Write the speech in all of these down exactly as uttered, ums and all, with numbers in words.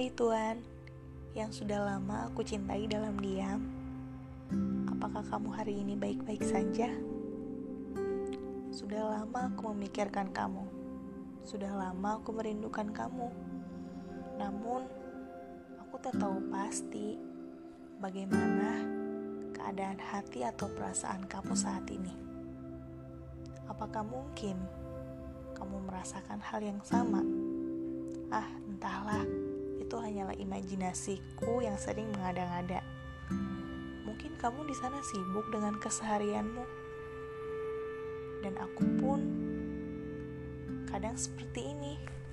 Hai Tuhan, yang sudah lama aku cintai dalam diam. Apakah kamu hari ini baik-baik saja? Sudah lama aku memikirkan kamu. Sudah lama aku merindukan kamu. Namun, aku tak tahu pasti bagaimana keadaan hati atau perasaan kamu saat ini. Apakah mungkin kamu merasakan hal yang sama? Ah, entahlah, itu hanyalah imajinasiku yang sering mengada-ngada. Mungkin kamu di sana sibuk dengan keseharianmu, dan aku pun kadang seperti ini.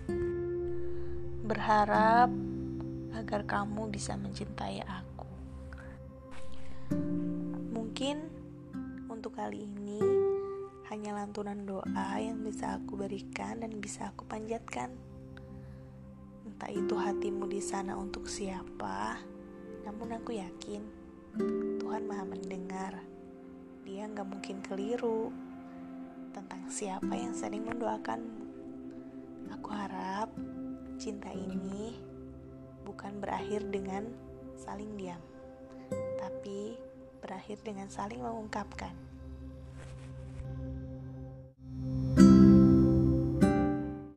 Berharap agar kamu bisa mencintai aku. Mungkin untuk kali ini hanya lantunan doa yang bisa aku berikan dan bisa aku panjatkan. Entah itu hatimu di sana untuk siapa, namun aku yakin Tuhan Maha mendengar. Dia gak mungkin keliru tentang siapa yang sering mendoakanmu. Aku harap cinta ini bukan berakhir dengan saling diam, tapi berakhir dengan saling mengungkapkan.